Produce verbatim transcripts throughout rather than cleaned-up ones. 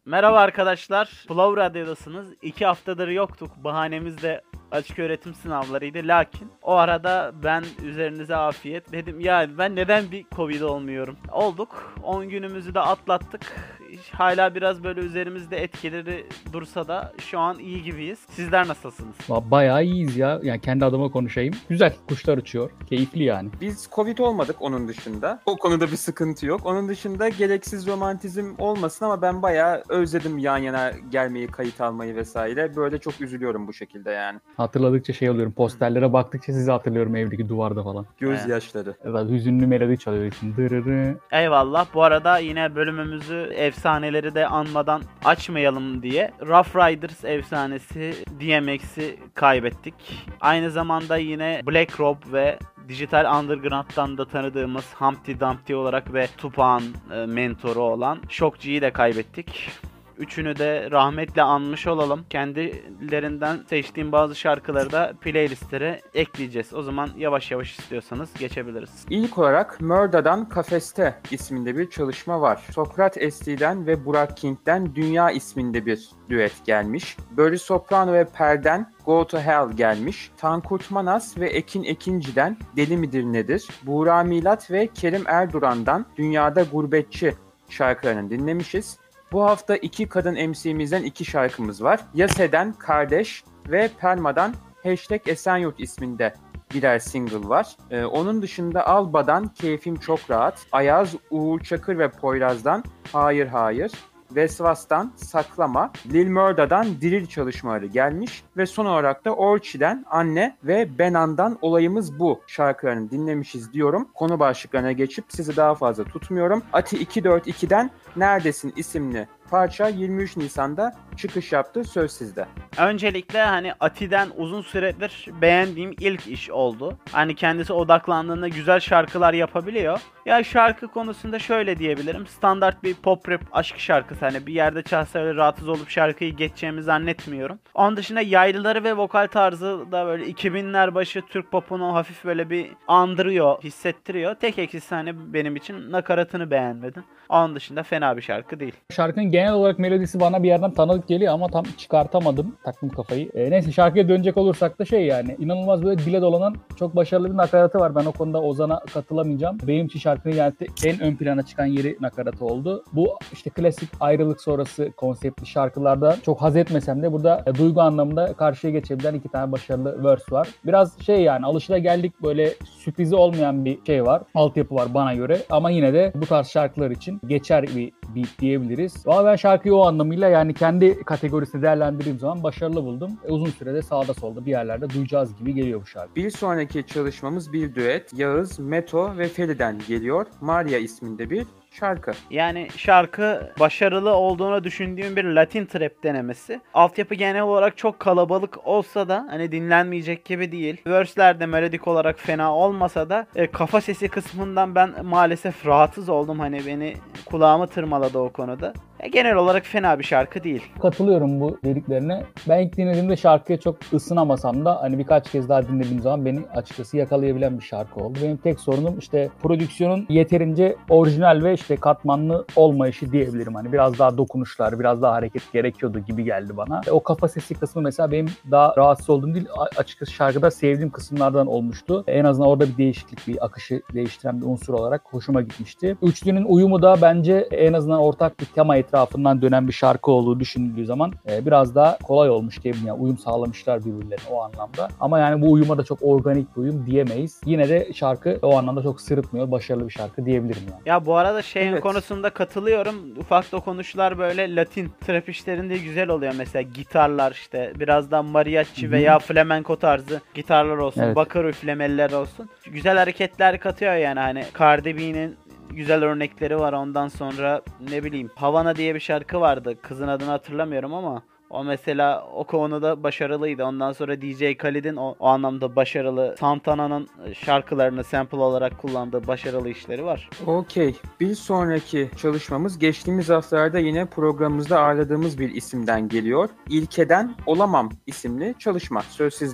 Merhaba arkadaşlar. Flow Radyo'dasınız. İki haftadır yoktuk. Bahanemiz de açık öğretim sınavlarıydı. Lakin o arada ben üzerinize afiyet dedim. Ya ben neden bir Covid olmuyorum? Olduk. on günümüzü de atlattık. Hala biraz böyle üzerimizde etkileri dursa da şu an iyi gibiyiz. Sizler nasılsınız? Bayağı iyiyiz ya. Yani kendi adıma konuşayım. Güzel. Kuşlar uçuyor. Keyifli yani. Biz Covid olmadık onun dışında. O konuda bir sıkıntı yok. Onun dışında gereksiz romantizm olmasın ama ben bayağı özledim yan yana gelmeyi, kayıt almayı vesaire. Böyle çok üzülüyorum bu şekilde yani. Hatırladıkça şey oluyorum. Posterlere baktıkça sizi hatırlıyorum evdeki duvarda falan. Gözyaşları. Evet, hüzünlü melodi çalıyor için. Dırırı. Eyvallah. Bu arada yine bölümümüzü efsaneleri de anmadan açmayalım diye Rough Riders efsanesi D M X'i kaybettik. Aynı zamanda yine Black Rob ve Digital Underground'dan da tanıdığımız Humpty Dumpty olarak ve Tupac'ın e, mentoru olan Shock G'yi de kaybettik. Üçünü de rahmetle anmış olalım. Kendilerinden seçtiğim bazı şarkıları da playlistlere ekleyeceğiz. O zaman yavaş yavaş istiyorsanız geçebiliriz. İlk olarak Murda'dan Kafeste isminde bir çalışma var. Sokrat S T'den ve Burak King'den Dünya isminde bir düet gelmiş. Börü Soprano ve Per'den Go to Hell gelmiş. Tankurt Manas ve Ekin Ekinci'den Deli Midir Nedir? Buğra Milat ve Kerim Erduran'dan Dünyada Gurbetçi şarkılarını dinlemişiz. Bu hafta iki kadın M C'mizden iki şarkımız var. Yase'den Kardeş ve Perma'dan Hashtag Esenyurt isminde birer single var. Ee, onun dışında Alba'dan Keyfim Çok Rahat, Ayaz, Uğur Çakır ve Poyraz'dan Hayır Hayır, Vesvas'tan Saklama, Lil Murda'dan Diril çalışmaları gelmiş ve son olarak da Orçi'den Anne ve Benan'dan Olayımız Bu şarkılarını dinlemişiz diyorum. Konu başlıklarına geçip sizi daha fazla tutmuyorum. Ati iki dört iki'den Neredesin isimli parça yirmi üç Nisan'da çıkış yaptı. Söz sizde. Öncelikle hani Ati'den uzun süredir beğendiğim ilk iş oldu. Hani kendisi odaklandığında güzel şarkılar yapabiliyor. Ya şarkı konusunda şöyle diyebilirim. Standart bir pop rap aşk şarkısı. Hani bir yerde çalsa öyle rahatsız olup şarkıyı geçeceğimi zannetmiyorum. Onun dışında yaylıları ve vokal tarzı da böyle iki binler başı Türk popunu hafif böyle bir andırıyor, hissettiriyor. Tek eksisi hani benim için nakaratını beğenmedim. Onun dışında fena bir şarkı değil. Şarkının genel olarak melodisi bana bir yerden tanıdık geliyor ama tam çıkartamadım. Taktım kafayı. E, neyse şarkıya dönecek olursak da şey yani inanılmaz böyle dile dolanan çok başarılı bir nakaratı var. Ben o konuda Ozan'a katılamayacağım. Benim için şarkının yani en ön plana çıkan yeri nakaratı oldu. Bu işte klasik ayrılık sonrası konseptli şarkılarda çok haz etmesem de burada e, duygu anlamında karşıya geçebilen iki tane başarılı verse var. Biraz şey yani alışılageldik böyle sürprizi olmayan bir şey var. Altyapı var bana göre ama yine de bu tarz şarkılar için geçer bir beat diyebiliriz. Valla ben şarkıyı o anlamıyla yani kendi kategorisinde değerlendirdiğim zaman başarılı buldum. E, uzun sürede sağda solda bir yerlerde duyacağız gibi geliyor bu şarkı. Bir sonraki çalışmamız bir düet. Yağız, Meto ve Feri'den geliyor. Maria isminde bir şarkı. Yani şarkı başarılı olduğunu düşündüğüm bir Latin trap denemesi. Altyapı genel olarak çok kalabalık olsa da hani dinlenmeyecek gibi değil. Verse'ler de melodik olarak fena olmasa da e, kafa sesi kısmından ben maalesef rahatsız oldum. Hani beni kulağımı tırmaladı o konuda. E, genel olarak fena bir şarkı değil. Katılıyorum bu dediklerine. Ben ilk dinlediğimde şarkıya çok ısınamasam da hani birkaç kez daha dinlediğim zaman beni açıkçası yakalayabilen bir şarkı oldu. Benim tek sorunum işte prodüksiyonun yeterince orijinal ve işte katmanlı olmayışı diyebilirim. Hani biraz daha dokunuşlar, biraz daha hareket gerekiyordu gibi geldi bana. O kafa sesi kısmı mesela benim daha rahatsız olduğum değil, açıkçası şarkıda sevdiğim kısımlardan olmuştu. En azından orada bir değişiklik, bir akışı değiştiren bir unsur olarak hoşuma gitmişti. Üçlünün uyumu da bence en azından ortak bir tema etrafından dönen bir şarkı olduğu düşünüldüğü zaman biraz daha kolay olmuş diyebilirim. Yani uyum sağlamışlar birbirlerine o anlamda. Ama yani bu uyuma da çok organik bir uyum diyemeyiz. Yine de şarkı o anlamda çok sırıtmıyor. Başarılı bir şarkı diyebilirim yani. Ya bu arada şeyin Evet. konusunda katılıyorum. Ufak dokunuşlar böyle Latin trap işlerinde güzel oluyor. Mesela gitarlar işte biraz da mariachi Hı-hı. veya flamenco tarzı gitarlar olsun. Evet. Bakır üflemeler olsun. Güzel hareketler katıyor yani hani Cardi B'nin güzel örnekleri var. Ondan sonra ne bileyim Havana diye bir şarkı vardı. Kızın adını hatırlamıyorum ama o mesela o konuda başarılıydı. Ondan sonra D J Khaled'in o, o anlamda başarılı, Santana'nın şarkılarını sample olarak kullandığı başarılı işleri var. Okey. Bir sonraki çalışmamız geçtiğimiz haftalarda yine programımızda ağırladığımız bir isimden geliyor. İlke'den Olamam isimli çalışma. Söz sizde.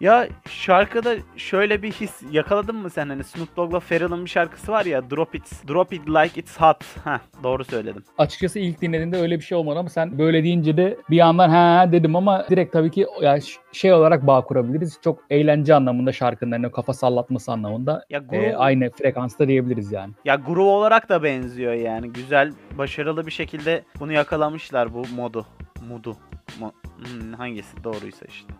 Ya şarkıda şöyle bir his yakaladın mı sen? Hani Snoop Dogg'la Pharrell'ın bir şarkısı var ya, Drop It, Drop It Like It's Hot. Heh, doğru söyledim. Açıkçası ilk dinlediğimde öyle bir şey olmadı ama sen böyle deyince de bir yandan ha dedim ama direkt tabii ki yani şey olarak bağ kurabiliriz. Çok eğlence anlamında şarkının hani kafa sallatması anlamında Ya groove, e, aynı frekansta diyebiliriz yani. ya groove olarak da benziyor yani. Güzel, başarılı bir şekilde bunu yakalamışlar, bu modu. Modu. Mo- hmm, hangisi doğruysa işte.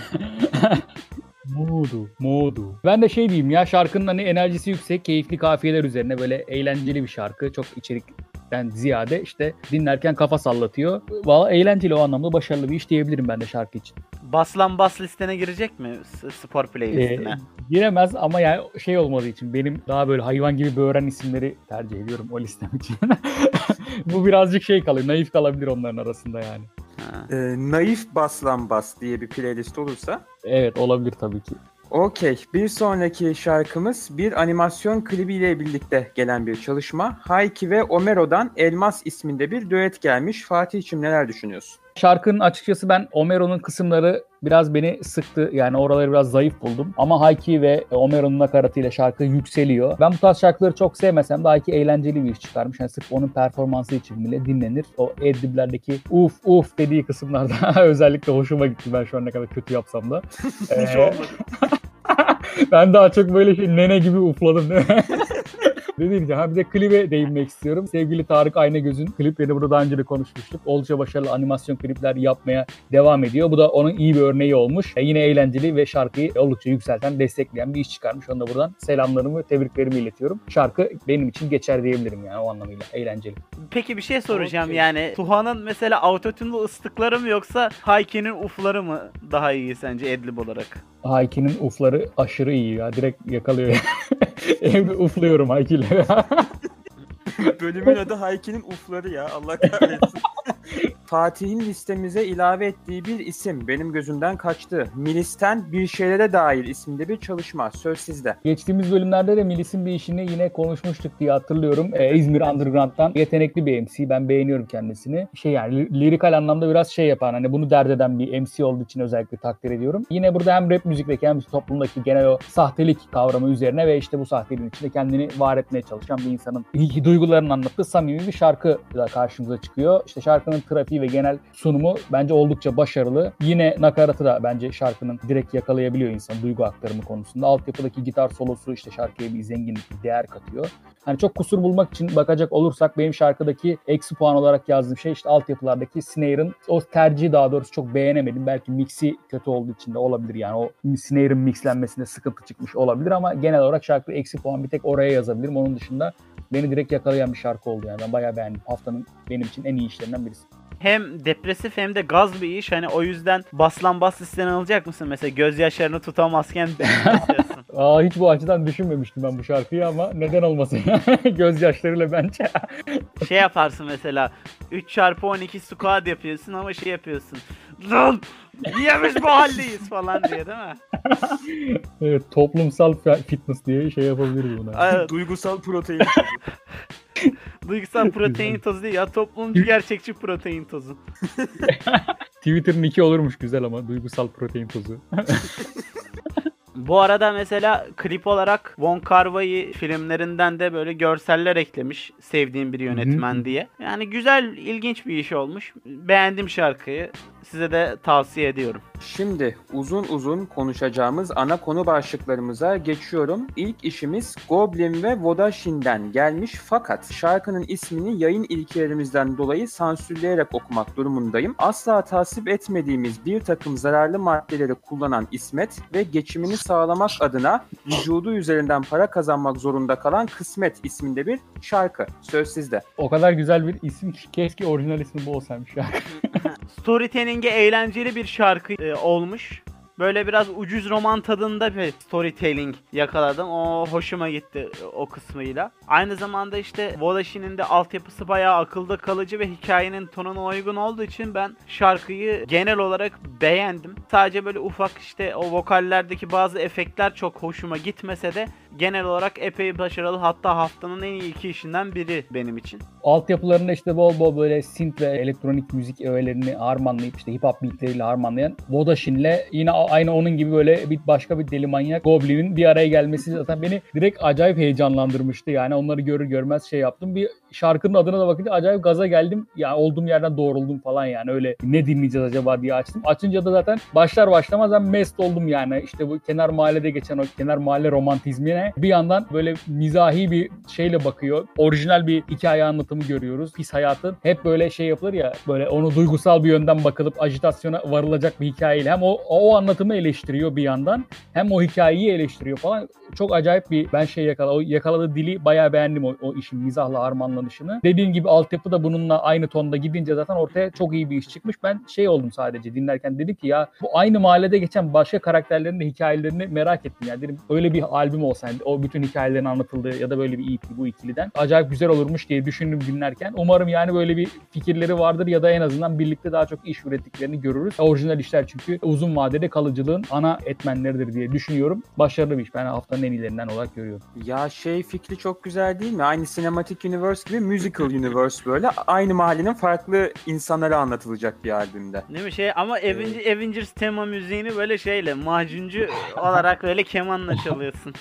Modu, modu. Ben de şey diyeyim ya, şarkının hani enerjisi yüksek, keyifli kafiyeler üzerine böyle eğlenceli bir şarkı. Çok içerikten ziyade işte dinlerken kafa sallatıyor. Valla eğlenceli, o anlamda başarılı bir iş diyebilirim ben de şarkı için. Baslan Bas listene girecek mi? S- spor playlistine. Ee, giremez ama yani şey olmadığı için benim daha böyle hayvan gibi böğren isimleri tercih ediyorum o listem için. Bu birazcık şey kalıyor, naif kalabilir onların arasında yani. Ha. Ee, Naif Baslan Bas diye bir playlist olursa. Evet, olabilir tabii ki. Okey. Bir sonraki şarkımız bir animasyon klibiyle birlikte gelen bir çalışma. Hayki ve Omero'dan Elmas isminde bir düet gelmiş. Fatih'cim neler düşünüyorsun? Şarkının açıkçası ben Omero'nun kısımları biraz beni sıktı. Yani oraları biraz zayıf buldum. Ama Hayki ve Omero'nun nakaratıyla şarkı yükseliyor. Ben bu tarz şarkıları çok sevmesem de Hayki eğlenceli bir iş çıkarmış. Yani sırf onun performansı için bile dinlenir. O Ediblerdeki uf uf dediği kısımlarda özellikle hoşuma gitti. Ben şu an ne kadar kötü yapsam da. Hiç Ee, olmadı. Ben daha çok böyle şey nene gibi ufladım değil mi? Dediğim gibi ha, bir de klibe değinmek istiyorum. Sevgili Tarık Aynagöz'ün kliplerini burada daha önce de konuşmuştuk. Oldukça başarılı animasyon klipler yapmaya devam ediyor. Bu da onun iyi bir örneği olmuş. E yine eğlenceli ve şarkıyı oldukça yükselten, destekleyen bir iş çıkarmış. Ona da buradan selamlarımı, tebriklerimi iletiyorum. Şarkı benim için geçer diyebilirim yani o anlamıyla. Eğlenceli. Peki bir şey soracağım Okey. yani. Tuha'nın mesela autotune'lu ıslıkları mı yoksa Hayki'nin ufları mı daha iyi sence adlib olarak? Hayki'nin ufları aşırı iyi ya. Direkt yakalıyor. Evde ufluyorum Hayki'yle. Bölümün adı Hayki'nin ufları ya. Allah kahretsin. Fatih'in listemize ilave ettiği bir isim benim gözümden kaçtı. Milis'ten Bir Şeylere Dair isimde bir çalışma. Söz sizde. Geçtiğimiz bölümlerde de Milis'in bir işini yine konuşmuştuk diye hatırlıyorum. Ee, İzmir Underground'dan yetenekli bir M C. Ben beğeniyorum kendisini. Şey yani li- lirikal anlamda biraz şey yapan, hani bunu dert eden bir M C olduğu için özellikle takdir ediyorum. Yine burada hem rap müzikteki hem toplumdaki genel o sahtelik kavramı üzerine ve işte bu sahteliğin içinde kendini var etmeye çalışan bir insanın duygularını anlattığı samimi bir şarkı da karşımıza çıkıyor. İşte şarkının trafiği ve genel sunumu bence oldukça başarılı. Yine nakaratı da bence şarkının direkt yakalayabiliyor insan duygu aktarımı konusunda. Altyapıdaki gitar solosu işte şarkıya bir zenginlik, bir değer katıyor. Hani çok kusur bulmak için bakacak olursak benim şarkıdaki eksi puan olarak yazdığım şey işte altyapılardaki snare'ın o tercihi, daha doğrusu çok beğenemedim. Belki mixi kötü olduğu için de olabilir yani, o snare'ın mixlenmesinde sıkıntı çıkmış olabilir ama genel olarak şarkı eksi puan bir tek oraya yazabilirim. Onun dışında beni direkt yakalayan bir şarkı oldu yani. Ben bayağı beğendim. Haftanın benim için en iyi işlerinden birisi. Hem depresif hem de gaz bir iş. Hani o yüzden Baslan Bas listene alacak mısın? Mesela gözyaşlarını tutamazken istiyorsun. Aa, hiç bu açıdan düşünmemiştim ben bu şarkıyı ama neden olmasın? Gözyaşlarıyla bence. Şey yaparsın mesela üç çarpı on iki squat yapıyorsun ama şey yapıyorsun. Lan niye biz bu haldeyiz falan diye, değil mi? Evet, toplumsal fitness diye şey yapabiliriz buna. Evet. Duygusal protein. Duygusal protein tozu değil ya, toplumcu gerçekçi protein tozu. Twitter'ın iki olurmuş güzel ama duygusal protein tozu. Bu arada mesela klip olarak Wong Kar-wai filmlerinden de böyle görseller eklemiş, sevdiğim bir yönetmen Hı-hı. diye. Yani güzel, ilginç bir iş olmuş. Beğendim şarkıyı. Size de tavsiye ediyorum. Şimdi uzun uzun konuşacağımız ana konu başlıklarımıza geçiyorum. İlk işimiz Goblin ve Vodashin'den gelmiş fakat şarkının ismini yayın ilkelerimizden dolayı sansürleyerek okumak durumundayım. Asla tasvip etmediğimiz bir takım zararlı maddeleri kullanan İsmet ve geçimini sağlamak adına vücudu üzerinden para kazanmak zorunda kalan Kısmet isminde bir şarkı. Söz sizde. O kadar güzel bir isim ki keşke orijinal ismi bu olsaymış ya. Storytelling'e eğlenceli bir şarkı e, olmuş. Böyle biraz ucuz roman tadında bir storytelling yakaladım. O hoşuma gitti o kısmıyla. Aynı zamanda işte Vodashin'in de altyapısı bayağı akılda kalıcı ve hikayenin tonuna uygun olduğu için ben şarkıyı genel olarak beğendim. Sadece böyle ufak işte o vokallerdeki bazı efektler çok hoşuma gitmese de genel olarak epey başarılı, hatta haftanın en iyi iki işinden biri benim için. Altyapılarında işte bol bol böyle synth ve elektronik müzik öğelerini harmanlayıp işte hip hop beatleriyle harmanlayan Vodashin'le yine aynı onun gibi böyle bir başka bir deli manyak Goblin'in bir araya gelmesi zaten beni direkt acayip heyecanlandırmıştı. Yani onları görür görmez şey yaptım. Bir şarkının adına da bakınca acayip gaza geldim. Yani olduğum yerden doğruldum falan yani. Öyle ne dinleyeceğiz acaba diye açtım. Açınca da zaten başlar başlamaz ben mest oldum yani. İşte bu kenar mahallede geçen o kenar mahalle romantizmine bir yandan böyle mizahi bir şeyle bakıyor. Orijinal bir hikaye anlatımı görüyoruz. Pis hayatın hep böyle şey yapılır ya, böyle onu duygusal bir yönden bakılıp ajitasyona varılacak bir hikayeyle hem o o anlatımı eleştiriyor bir yandan, hem o hikayeyi eleştiriyor falan. Çok acayip bir ben şey yakaladı. O yakaladığı dili bayağı beğendim, o, o işin mizahla harmanlanışını. Dediğim gibi altyapı da bununla aynı tonda gidince zaten ortaya çok iyi bir iş çıkmış. Ben şey oldum sadece dinlerken, dedim ki ya bu aynı mahallede geçen başka karakterlerin de hikayelerini merak ettim. Yani dedim öyle bir albüm olsa, yani o bütün hikayelerin anlatıldığı ya da böyle bir E P bu ikiliden acayip güzel olurmuş diye düşündüm dinlerken. Umarım yani böyle bir fikirleri vardır ya da en azından birlikte daha çok iş ürettiklerini görürüz. Orijinal işler çünkü uzun vadede kalıcılığın ana etmenleridir diye düşünüyorum. Başarılı bir iş. Ben haftanın en iyilerinden olarak görüyorum. Ya şey fikri çok güzel değil mi? Aynı Cinematic Universe gibi Musical Universe, böyle aynı mahallenin farklı insanlara anlatılacak bir albümde. Değil mi şey ama Avengers, Avengers tema müziğini böyle şeyle macuncu olarak böyle kemanla çalıyorsun.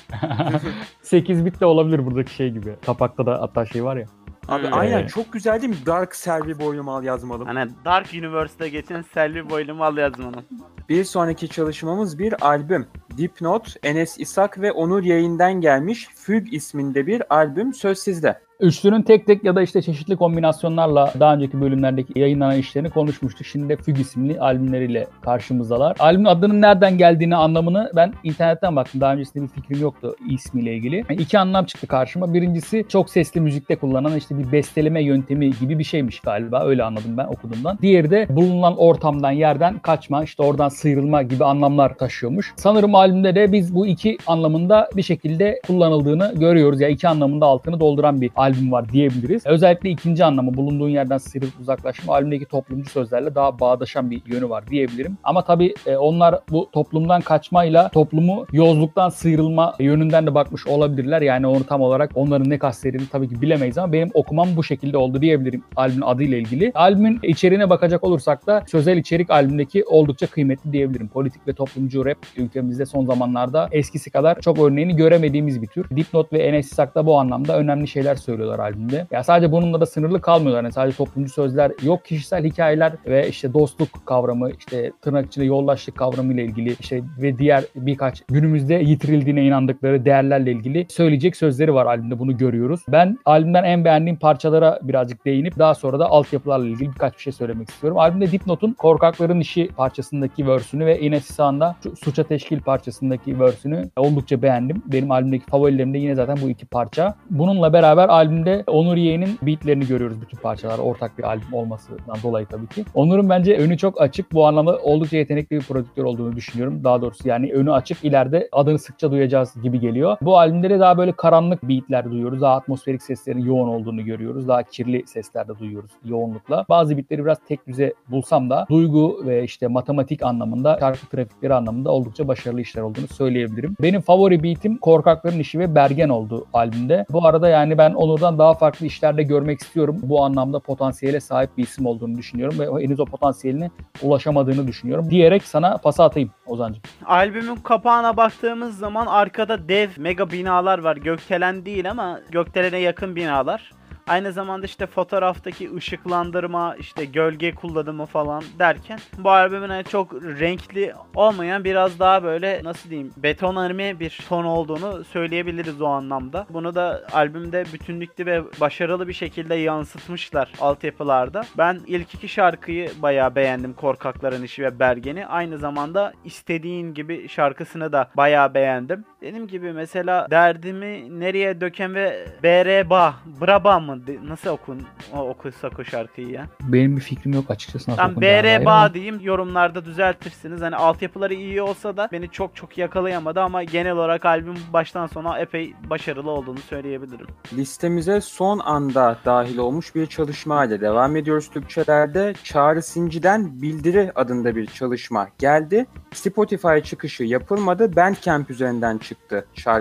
sekiz bit de olabilir buradaki şey gibi. Kapakta da hatta şey var ya. Abi Hmm. aynen çok güzel değil mi? Dark Selvi Boylum al yazmalım. Hani Dark Universe'da geçen Selvi Boylum al yazmanın. Bir sonraki çalışmamız bir albüm. Dipnot, Enes İshak ve Onur Yayın'dan gelmiş Füg isminde bir albüm. Söz sizde. Üçlünün tek tek ya da işte çeşitli kombinasyonlarla daha önceki bölümlerdeki yayınlanan işlerini konuşmuştuk. Şimdi de Füg isimli albümleriyle karşımızdalar. Albümün adının nereden geldiğini, anlamını ben internetten baktım. Daha öncesinde bir fikrim yoktu ismiyle ilgili. Yani iki anlam çıktı karşıma. Birincisi çok sesli müzikte kullanılan işte bir besteleme yöntemi gibi bir şeymiş galiba. Öyle anladım ben okuduğumdan. Diğeri de bulunan ortamdan, yerden kaçma, işte oradan sıyrılma gibi anlamlar taşıyormuş. Sanırım albümde de biz bu iki anlamında bir şekilde kullanıldığını görüyoruz. Ya yani iki anlamında altını dolduran bir albüm var diyebiliriz. Özellikle ikinci anlamı, bulunduğun yerden sıyrılıp uzaklaşma, albümdeki toplumcu sözlerle daha bağdaşan bir yönü var diyebilirim. Ama tabii onlar bu toplumdan kaçmayla toplumu yozluktan sıyrılma yönünden de bakmış olabilirler. Yani onu tam olarak onların ne kastettiğini tabii ki bilemeyiz ama benim okumam bu şekilde oldu diyebilirim albümün adıyla ilgili. Albümün içeriğine bakacak olursak da sözel içerik albümdeki oldukça kıymetli diyebilirim. Politik ve toplumcu rap ülkemizde son zamanlarda eskisi kadar çok örneğini göremediğimiz bir tür. Dipnot ve Enes İshak da bu anlamda önemli şeyler söylüyorlar albümde. Ya sadece bununla da sınırlı kalmıyorlar. Yani sadece toplumcu sözler yok, kişisel hikayeler ve işte dostluk kavramı, işte tırnak içinde yoldaşlık kavramı ile ilgili işte ve diğer birkaç günümüzde yitirildiğine inandıkları değerlerle ilgili söyleyecek sözleri var albümde, bunu görüyoruz. Ben albümden en beğendiğim parçalara birazcık değinip daha sonra da altyapılarla ilgili birkaç bir şey söylemek istiyorum. Albümde Dipnot'un Korkakların İşi parçasındaki versünü ve Enes İshak'ın da Suça Teşkil parçasındaki versünü oldukça beğendim. Benim albümdeki favorilerim de yine zaten bu iki parça. Bununla beraber albümde Onur Yeğen'in beatlerini görüyoruz bütün parçalar. Ortak bir albüm olmasından dolayı tabii ki. Onur'un bence önü çok açık. Bu anlamda oldukça yetenekli bir prodüktör olduğunu düşünüyorum. Daha doğrusu yani önü açık. İleride adını sıkça duyacağız gibi geliyor. Bu albümde de daha böyle karanlık beatler duyuyoruz. Daha atmosferik seslerin yoğun olduğunu görüyoruz. Daha kirli sesler de duyuyoruz yoğunlukla. Bazı beatleri biraz tek düze bulsam da duygu ve işte matematik anlamında, şarkı trafikleri anlamında oldukça başarılı işler olduğunu söyleyebilirim. Benim favori beatim Korkakların İşi ve Bergen oldu albümde. Bu arada yani ben Onur'dan daha farklı işlerde görmek istiyorum. Bu anlamda potansiyele sahip bir isim olduğunu düşünüyorum ve henüz o potansiyeline ulaşamadığını düşünüyorum diyerek sana pası atayım Ozan'cığım. Albümün kapağına baktığımız zaman arkada dev mega binalar var. Gökdelen değil ama gökdelene yakın binalar. Aynı zamanda işte fotoğraftaki ışıklandırma, işte gölge kullanımı falan derken bu albümün hani çok renkli olmayan, biraz daha böyle nasıl diyeyim, betonarme bir ton olduğunu söyleyebiliriz o anlamda. Bunu da albümde bütünlüklü ve başarılı bir şekilde yansıtmışlar altyapılarda. Ben ilk iki şarkıyı bayağı beğendim, Korkakların İşi ve Bergen'i. Aynı zamanda İstediğin Gibi şarkısını da bayağı beğendim. Dediğim gibi mesela Derdimi Nereye Döken ve B R Ba, Braba mı? Nasıl okun, o, okursak o şarkıyı ya? Benim bir fikrim yok açıkçası. Nasıl Ben B R Ba diyeyim, yorumlarda düzeltirsiniz. Hani altyapıları iyi olsa da beni çok çok yakalayamadı ama genel olarak albüm baştan sona epey başarılı olduğunu söyleyebilirim. Listemize son anda dahil olmuş bir çalışma ile devam ediyoruz Türkçelerde. Çağrı Sinci'den Bildiri adında bir çalışma geldi. Spotify çıkışı yapılmadı. Bandcamp üzerinden çıktı şarkı.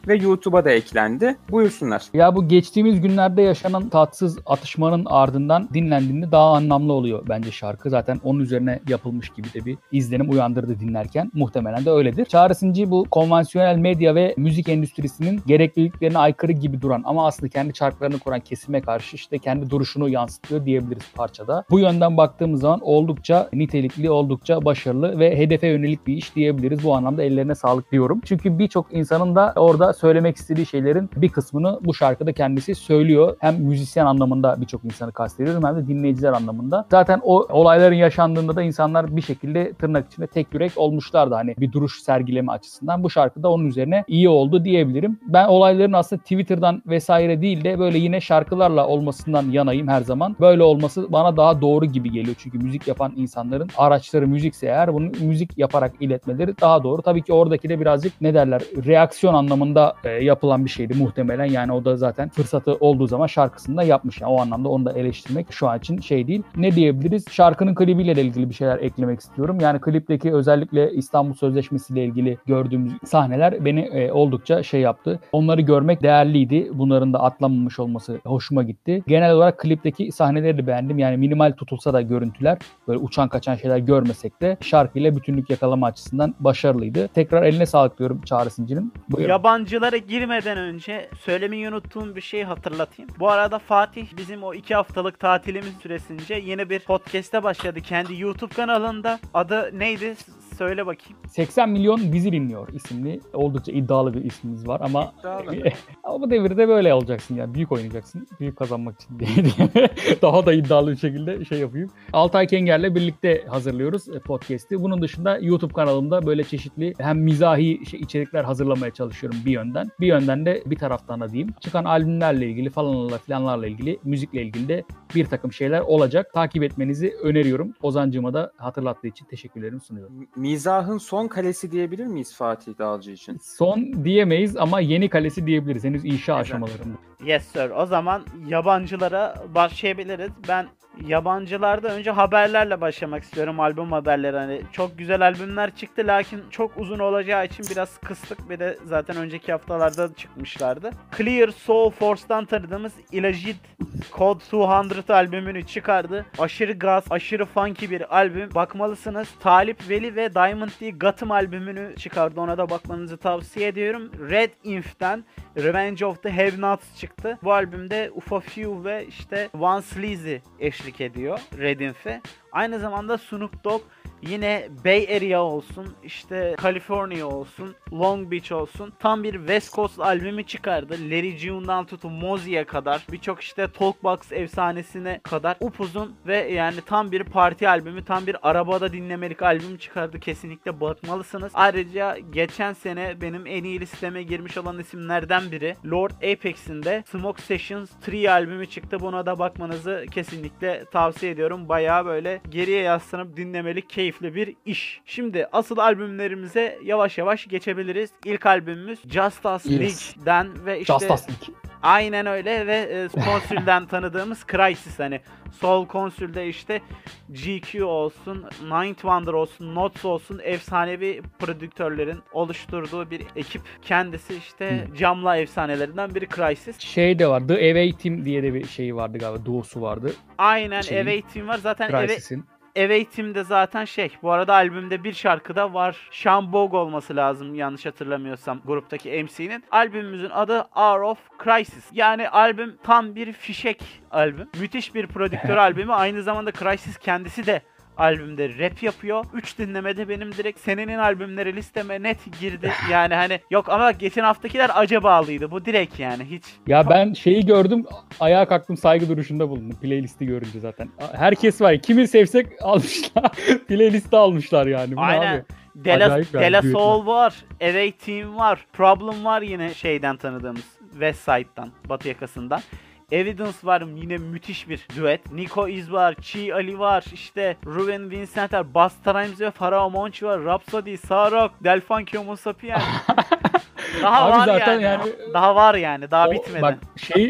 ve YouTube'a da eklendi. Buyursunlar. Ya bu geçtiğimiz günlerde yaşanan tatsız atışmanın ardından dinlendiğinde daha anlamlı oluyor bence şarkı. Zaten onun üzerine yapılmış gibi de bir izlenim uyandırdı dinlerken. Muhtemelen de öyledir. Çağrı Sinci bu konvansiyonel medya ve müzik endüstrisinin gerekliliklerine aykırı gibi duran ama aslında kendi çarklarını kuran kesime karşı işte kendi duruşunu yansıtıyor diyebiliriz parçada. Bu yönden baktığımız zaman oldukça nitelikli, oldukça başarılı ve hedefe yönelik bir iş diyebiliriz. Bu anlamda ellerine sağlık diyorum. Çünkü birçok insanın da orada söylemek istediği şeylerin bir kısmını bu şarkıda kendisi söylüyor. Hem müzisyen anlamında birçok insanı kastediyorum hem de dinleyiciler anlamında. Zaten o olayların yaşandığında da insanlar bir şekilde tırnak içinde tek yürek olmuşlardı. Hani bir duruş sergileme açısından. Bu şarkı da onun üzerine iyi oldu diyebilirim. Ben olayların aslında Twitter'dan vesaire değil de böyle yine şarkılarla olmasından yanayım her zaman. Böyle olması bana daha doğru gibi geliyor. Çünkü müzik yapan insanların araçları müzikse eğer bunu müzik yaparak iletmeleri daha doğru. Tabii ki oradaki de birazcık ne derler reaksiyon anlamında e, yapılan bir şeydi muhtemelen. Yani o da zaten fırsatı olduğu zaman şarkısını da yapmış. Yani o anlamda onu da eleştirmek şu an için şey değil. Ne diyebiliriz? Şarkının klibiyle de ilgili bir şeyler eklemek istiyorum. Yani klipteki özellikle İstanbul Sözleşmesi ile ilgili gördüğümüz sahneler beni e, oldukça şey yaptı. Onları görmek değerliydi. Bunların da atlanmamış olması hoşuma gitti. Genel olarak klipteki sahneleri de beğendim. Yani minimal tutulsa da görüntüler böyle uçan kaçan şeyler görmesek de şarkıyla bütünlük yakalama açısından başarılıydı. Tekrar eline sağlık diyorum Çağrı Sinci'nin. Buyurun. Yabancılara girmeden önce söylemeyi unuttuğum bir şeyi hatırlatayım. Bu arada Fatih bizim o iki haftalık tatilimiz süresince yeni bir podcast'e başladı kendi YouTube kanalında. Adı neydi? Söyle bakayım. seksen milyon bizi dinliyor isimli oldukça iddialı bir ismimiz var ama İddialı. ama bu devirde böyle olacaksın yani büyük oynayacaksın büyük kazanmak için diye daha da iddialı bir şekilde şey yapayım. Altay Kenger'le birlikte hazırlıyoruz podcast'i. Bunun dışında YouTube kanalımda böyle çeşitli hem mizahi şey, içerikler hazırlamaya çalışıyorum bir yönden. Bir yönden de bir taraftan da diyeyim çıkan albümlerle ilgili falanlarla filanlarla ilgili müzikle ilgili de bir takım şeyler olacak. Takip etmenizi öneriyorum. Ozancığıma da hatırlattığı için teşekkürlerimi sunuyorum. Mizahın son kalesi diyebilir miyiz Fatih Dağcı için? Son diyemeyiz ama yeni kalesi diyebiliriz. Henüz inşa Güzel. aşamalarında. Yes sir. O zaman yabancılara başlayabiliriz. Ben yabancılarda önce haberlerle başlamak istiyorum. Albüm haberleri. Hani çok güzel albümler çıktı lakin çok uzun olacağı için biraz kıstık. Bir de zaten önceki haftalarda çıkmışlardı. Clear Soul Force'tan tanıdığımız Illagid Code iki yüz albümünü çıkardı. Aşırı gaz, aşırı funky bir albüm. Bakmalısınız. Talip Veli ve Diamond D Gotham albümünü çıkardı. Ona da bakmanızı tavsiye ediyorum. Red Inf'ten Revenge of the Have-Nots çıktı. Bu albümde Ufo Few ve işte One Sleazy eşlik ediyor Red Inf'e. Aynı zamanda Snoop Dogg yine Bay Area olsun, işte California olsun, Long Beach olsun tam bir West Coast albümü çıkardı. Larry June'dan tutun Mozi'ye kadar birçok işte Talkbox efsanesine kadar upuzun ve yani tam bir parti albümü, tam bir arabada dinlemelik albüm çıkardı. Kesinlikle bakmalısınız. Ayrıca geçen sene benim en iyi listeme girmiş olan isimlerden biri Lord Apex'in de Smoke Sessions üç albümü çıktı. Buna da bakmanızı kesinlikle tavsiye ediyorum. Bayağı böyle geriye yaslanıp dinlemelik keyifli bir iş. Şimdi asıl albümlerimize yavaş yavaş geçebiliriz. İlk albümümüz Justice Yes. League'den ve işte Justice League. aynen öyle ve e, Consul'den tanıdığımız Crysis, hani Soul Consul'de işte G Q olsun, Ninth Wonder olsun, Notes olsun efsanevi prodüktörlerin oluşturduğu bir ekip. Kendisi işte Camla efsanelerinden biri Crysis. Şey de var. The Away Team diye de bir şeyi vardı galiba. Duosu vardı. Aynen Şeyin, Away Team var. Zaten Away, Crysis'in. Away Team'de zaten şey. Bu arada albümde bir şarkıda var. Sean Bog olması lazım yanlış hatırlamıyorsam gruptaki M C'nin. Albümümüzün adı Hour of Crisis. Yani albüm tam bir fişek albüm. Müthiş bir prodüktör albümü. Aynı zamanda Crysis kendisi de albümde rap yapıyor. üç dinlemede benim direkt senenin albümleri listeme net girdi. Yani hani yok ama geçen haftakiler acabalıydı. Bu direkt yani hiç. Ya ben şeyi gördüm, ayağa kalktım, saygı duruşunda bulundum. Playlisti görünce zaten. Herkes var. Kimi sevsek almışlar. Playlisti almışlar yani. Bu aynen. Abi? Dela, Acayip yani, Dela büyük Soul var. Away Team var. Problem var yine şeyden tanıdığımız. West Side'dan. Batı yakasından. Evidence var, yine müthiş bir düet. Nico Iz var, Chi Ali var, işte Ruben Vincent var, Busta Rhymes ve Pharoah Monch var, Rhapsody, Sarok, Delfunk Homo Sapien. Daha Abi var zaten yani. yani- Daha var yani, daha O- bitmedi. Bak şey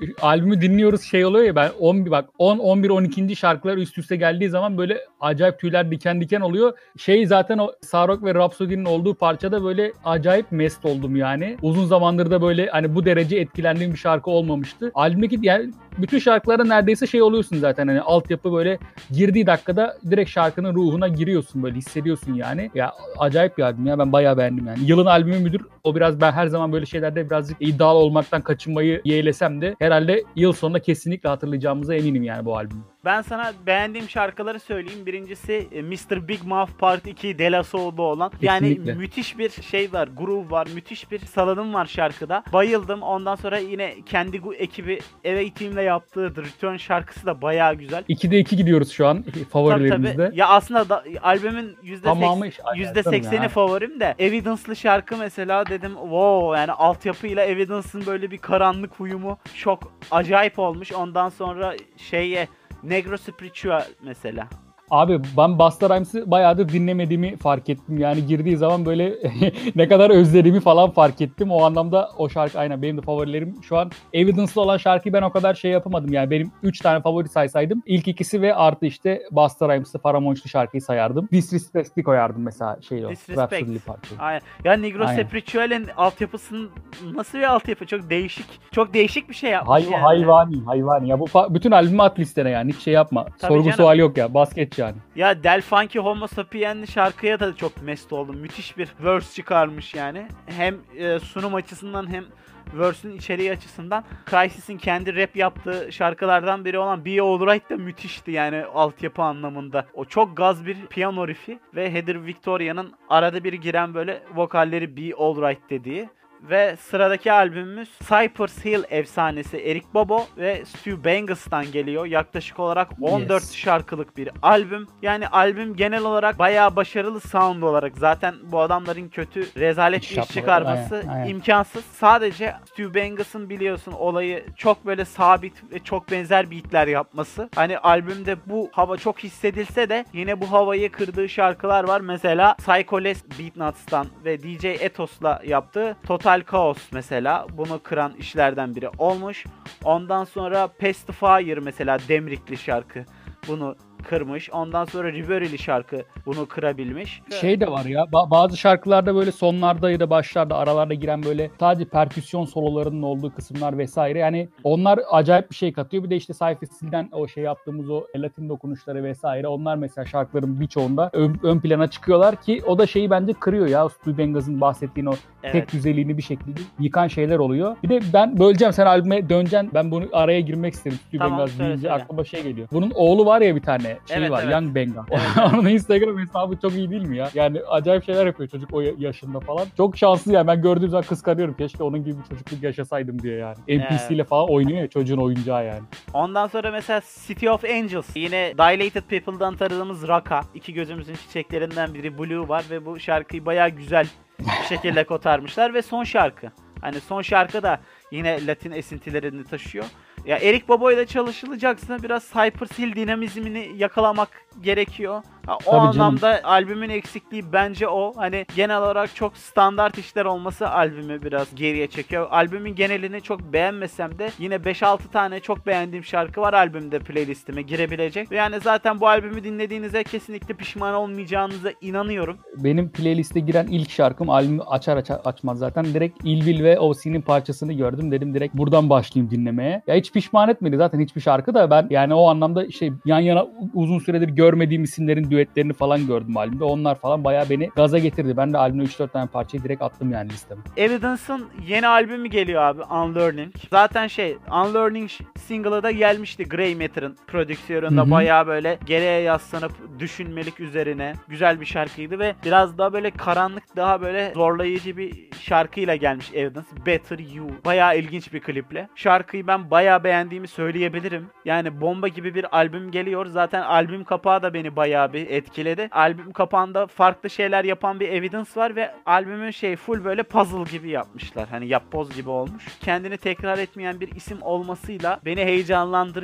albümü dinliyoruz şey oluyor ya ben on bak on on bir on ikinci şarkılar üst üste geldiği zaman böyle acayip tüyler diken diken oluyor. Şey zaten o Sarok ve Rhapsody'nin olduğu parçada böyle acayip mest oldum yani. Uzun zamandır da böyle hani bu derece etkilendiğim bir şarkı olmamıştı. Albümdeki yani bütün şarkılara neredeyse şey oluyorsun zaten hani altyapı böyle girdiği dakikada direkt şarkının ruhuna giriyorsun böyle hissediyorsun yani. Ya acayip bir albüm ya ben bayağı beğendim yani. Yılın albümü müdür? O biraz ben her zaman böyle şeylerde birazcık iddialı olmaktan kaçınmayı yeğlesem de herhalde yıl sonunda kesinlikle hatırlayacağımıza eminim yani bu albümü. Ben sana beğendiğim şarkıları söyleyeyim. Birincisi mister Big Mouth Part iki De La Soul'da olan. Yani Kesinlikle. müthiş bir şey var, groove var, müthiş bir salınım var şarkıda. Bayıldım. Ondan sonra yine kendi ekibi Away yaptığı The Return şarkısı da bayağı güzel. ikide iki gidiyoruz şu an favorilerimizde. Tabii, tabii. Ya aslında da, albümün yüzde sekseni ya. favorim de Evidence'lı şarkı mesela dedim wow yani altyapıyla Evidence'ın böyle bir karanlık uyumu çok acayip olmuş. Ondan sonra şeye Negro Spiritual mesela. Abi ben Busta Rhymes'ı bayağıdır dinlemediğimi fark ettim. Yani girdiği zaman böyle ne kadar özlediğimi falan fark ettim. O anlamda o şarkı aynen benim de favorilerim. Şu an Evidence'lı olan şarkıyı ben o kadar şey yapamadım. Yani benim üç tane favori saysaydım. İlk ikisi ve artı işte Busta Rhymes'lı Paramonçlu şarkıyı sayardım. Disrespect'i koyardım mesela şey o. Disrespect. Aynen. Ya Negro Spiritual'in altyapısının nasıl bir altyapı? Çok değişik. Çok değişik bir şey yapmış Hay, yani. Hayvani, hayvani. Ya bu bütün albümü at listene yani. Hiç şey yapma. Tabii Sorgu canım. suali yok ya. Basket yani. Ya Del Funky Homo Sapiens'li şarkıya da çok mest oldum. Müthiş bir verse çıkarmış yani. Hem e, sunum açısından hem verse'ün içeriği açısından. Crysis'in kendi rap yaptığı şarkılardan biri olan Be Alright da müthişti yani altyapı anlamında. O çok gaz bir piyano riff'i ve Heather Victoria'nın arada bir giren böyle vokalleri Be Alright dediği. Ve sıradaki albümümüz Cypress Hill efsanesi Eric Bobo ve Stu Bangus'tan geliyor. Yaklaşık olarak on dört Yes. şarkılık bir albüm. Yani albüm genel olarak bayağı başarılı sound olarak. Zaten bu adamların kötü rezalet bir iş Yapmaları, çıkarması aynen, aynen. imkansız. Sadece Stu Bangus'ın biliyorsun olayı çok böyle sabit ve çok benzer beatler yapması. Hani albümde bu hava çok hissedilse de yine bu havayı kırdığı şarkılar var. Mesela Psycho Les Beatnuts'tan ve D J Ethos'la yaptığı Total Chaos mesela bunu kıran işlerden biri olmuş. Ondan sonra Pacifier mesela Demrikli şarkı bunu kırmış. Ondan sonra Riverili şarkı bunu kırabilmiş. Şey de var ya ba- bazı şarkılarda böyle sonlarda ya da başlarda aralarda giren böyle sadece perküsyon sololarının olduğu kısımlar vesaire. Yani onlar acayip bir şey katıyor. Bir de işte Cypress Hill'den o şey yaptığımız o Latin dokunuşları vesaire onlar mesela şarkıların birçoğunda ön, ön plana çıkıyorlar ki o da şeyi bence kırıyor ya. Stu Bangus'ın bahsettiğin o Evet. tek düzeliğini bir şekilde yıkan şeyler oluyor. Bir de ben böleceğim sen albüme döneceksin. Ben bunu araya girmek isterim. Stu Tamam, Bangus söyle, deyince söyle. aklıma şey geliyor. Bunun oğlu var ya bir tane şey Evet, var evet. Young Banga. Evet. Onun Instagram hesabı çok iyi değil mi ya? Yani acayip şeyler yapıyor çocuk o yaşında falan. Çok şanslı ya ben gördüğüm zaman kıskanıyorum. Keşke onun gibi bir çocukluk yaşasaydım diye yani. N P C ile falan oynuyor ya çocuğun oyuncağı yani. Ondan sonra mesela City of Angels. Yine Dilated People'dan tanıdığımız Raka. İki gözümüzün çiçeklerinden biri Blue var ve bu şarkıyı bayağı güzel bir şekilde kotarmışlar ve son şarkı. Hani son şarkı da yine Latin esintilerini taşıyor. Ya Eric Bobo ile çalışılacaksa biraz Cypress Hill dinamizmini yakalamak gerekiyor. Ha, o Tabii anlamda canım. albümün eksikliği bence o. Hani genel olarak çok standart işler olması albümü biraz geriye çekiyor. Albümün genelini çok beğenmesem de yine beş altı tane çok beğendiğim şarkı var albümde playlistime girebilecek. Ve yani zaten bu albümü dinlediğinizde kesinlikle pişman olmayacağınıza inanıyorum. Benim playliste giren ilk şarkım albümü açar açar açmaz zaten. Direkt İlbil ve O C'nin parçasını gördüm. Dedim direkt buradan başlayayım dinlemeye. Ya hiç pişman etmedi zaten hiçbir şarkı da ben yani o anlamda şey yan yana uzun süredir görmediğim isimlerin düetlerini falan gördüm albümde. Onlar falan bayağı beni gaza getirdi. Ben de albümde üç dört tane parçayı direkt attım yani listeme. Evidence'ın yeni albümü geliyor abi, Unlearning. Zaten şey, Unlearning single'ı da gelmişti Grey Matter'ın prodüksiyonunda. Hı hı. Bayağı böyle geriye yaslanıp düşünmelik üzerine güzel bir şarkıydı ve biraz daha böyle karanlık, daha böyle zorlayıcı bir şarkıyla gelmiş Evidence. Better You. Bayağı ilginç bir kliple. Şarkıyı ben bayağı beğendiğimi söyleyebilirim. Yani bomba gibi bir albüm geliyor. Zaten albüm kapağı da beni bayağı bir etkiledi. Albüm kapağında farklı şeyler yapan bir Evidence var ve albümün şey full böyle puzzle gibi yapmışlar. Hani yapboz gibi olmuş. Kendini tekrar etmeyen bir isim olmasıyla beni heyecanlandırıyor.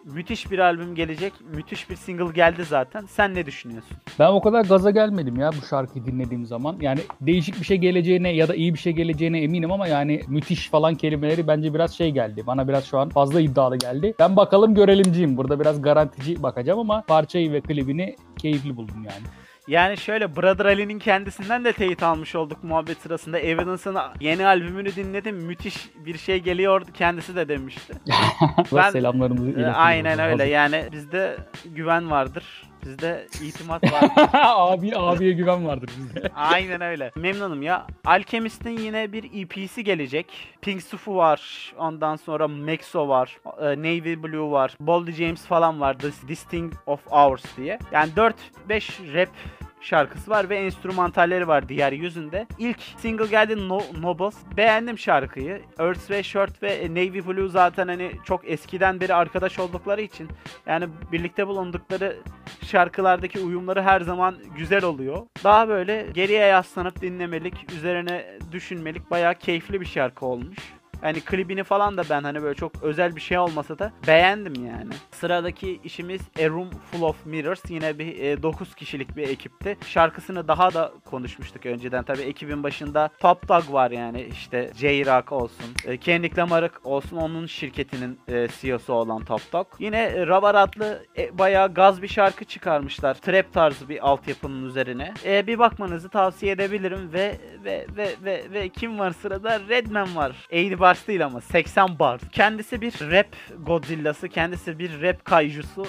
müthiş bir albüm gelecek. Müthiş bir single geldi zaten. Sen ne düşünüyorsun? Ben o kadar gaza gelmedim ya bu şarkıyı dinlediğim zaman. Yani değişik bir şey geleceğine ya da iyi bir şey geleceğine eminim ama yani müthiş falan kelimeleri bence biraz şey geldi. Bana biraz şu an fazla iddialı geldi. Ben bakalım görelimciyim. Burada biraz garantici bakacağım ama parçayı ve klibini keyifli buldum yani. Yani şöyle, Brother Ali'nin kendisinden de teyit almış olduk muhabbet sırasında. Evidence'ın yeni albümünü dinledim. Müthiş bir şey geliyor kendisi de demişti. Ben, selamlarımızı iletiyorum. Aynen öyle. Yani bizde güven vardır. Bizde itimat var. Abi abiye güven vardır bizde. Aynen öyle. Memnunum ya. Alchemist'in yine bir E P'si gelecek. Pink Sufu var. Ondan sonra Mexo var. Navy Blue var. Boldy James falan var. This, This Thing of Ours diye. Yani dört beş rap şarkısı var ve enstrümantalleri var diğer yüzünde. İlk single geldi, no Nobles. Beğendim şarkıyı. Earth Sweatshirt ve Navy Blue zaten hani çok eskiden beri arkadaş oldukları için yani birlikte bulundukları şarkılardaki uyumları her zaman güzel oluyor. Daha böyle geriye yaslanıp dinlemelik, üzerine düşünmelik bayağı keyifli bir şarkı olmuş. Yani klibini falan da ben hani böyle çok özel bir şey olmasa da beğendim yani. Sıradaki işimiz A Room Full of Mirrors. Yine bir e, dokuz kişilik bir ekipti. Şarkısını daha da konuşmuştuk önceden. Tabii ekibin başında Top Dog var yani işte J-Rock olsun. E, Kendrick Lamar olsun, onun şirketinin e, C E O'su olan Top Dog. Yine e, Rabar adlı e, bayağı gaz bir şarkı çıkarmışlar. Trap tarzı bir altyapının üzerine. E, bir bakmanızı tavsiye edebilirim ve ve ve ve ve kim var sırada? Redman var. elli bar değil ama seksen bar. Kendisi bir rap Godzilla'sı, kendisi bir rap kaijusu.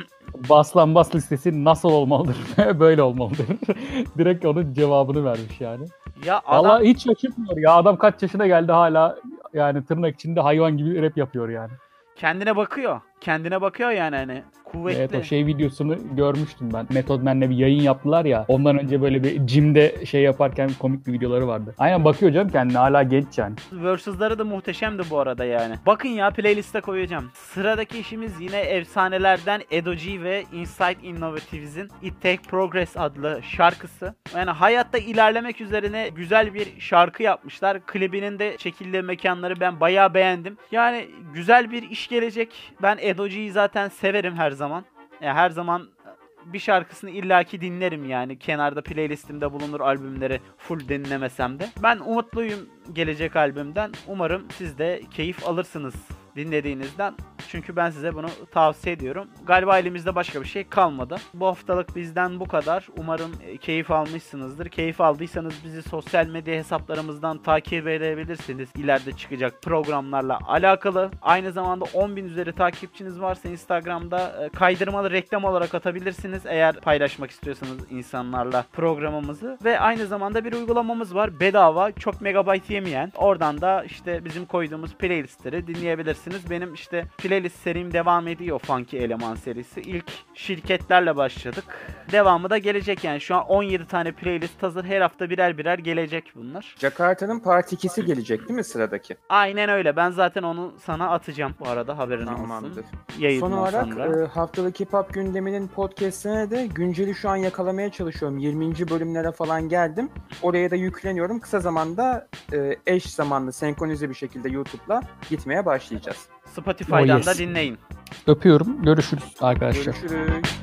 Baslan bas listesi nasıl olmalıdır? Böyle olmalıdır. Direkt onun cevabını vermiş yani. Ya adam... Valla hiç şaşırtmıyor ya. Adam kaç yaşına geldi hala yani tırnak içinde hayvan gibi rap yapıyor yani. Kendine bakıyor. Kendine bakıyor yani hani. Kuvvetli. Evet, o şey videosunu görmüştüm ben. Method Man'le bir yayın yaptılar ya. Ondan önce böyle bir gym'de şey yaparken komik bir videoları vardı. Aynen bakıyor canım kendine, hala genç yani. Versus'ları da muhteşemdi bu arada yani. Bakın ya, playlist'e koyacağım. Sıradaki işimiz yine efsanelerden Edo G ve Inside Innovatives'in It Take Progress adlı şarkısı. Yani hayatta ilerlemek üzerine güzel bir şarkı yapmışlar. Klibinin de çekildiği mekanları ben bayağı beğendim. Yani güzel bir iş gelecek. Ben Edo G'yi zaten severim her zaman. Yani her zaman bir şarkısını illaki dinlerim yani. Kenarda playlistimde bulunur albümleri full dinlemesem de. Ben umutluyum gelecek albümden. Umarım siz de keyif alırsınız dinlediğinizden. Çünkü ben size bunu tavsiye ediyorum. Galiba elimizde başka bir şey kalmadı. Bu haftalık bizden bu kadar. Umarım keyif almışsınızdır. Keyif aldıysanız bizi sosyal medya hesaplarımızdan takip edebilirsiniz. İleride çıkacak programlarla alakalı. Aynı zamanda on bin üzeri takipçiniz varsa Instagram'da kaydırmalı reklam olarak atabilirsiniz. Eğer paylaşmak istiyorsanız insanlarla programımızı. Ve aynı zamanda bir uygulamamız var. Bedava, çok megabayt yemeyen. Oradan da işte bizim koyduğumuz playlistleri dinleyebilirsiniz. Benim işte playlist serim devam ediyor, Funky Eleman serisi. İlk şirketlerle başladık. Devamı da gelecek yani. Şu an on yedi tane playlist hazır. Her hafta birer birer gelecek bunlar. Jakarta'nın Part ikisi gelecek değil mi sıradaki? Aynen öyle. Ben zaten onu sana atacağım bu arada, haberin Tamamdır. olsun. Yayından Son olarak sonra. e, haftalık hip hop gündeminin podcast'ine de günceli şu an yakalamaya çalışıyorum. yirminci bölümlere falan geldim. Oraya da yükleniyorum. Kısa zamanda e, eş zamanlı, senkronize bir şekilde YouTube'la gitmeye başlayacağız. Spotify'dan Oh yes. da dinleyin. Öpüyorum. Görüşürüz arkadaşlar. Görüşürüz.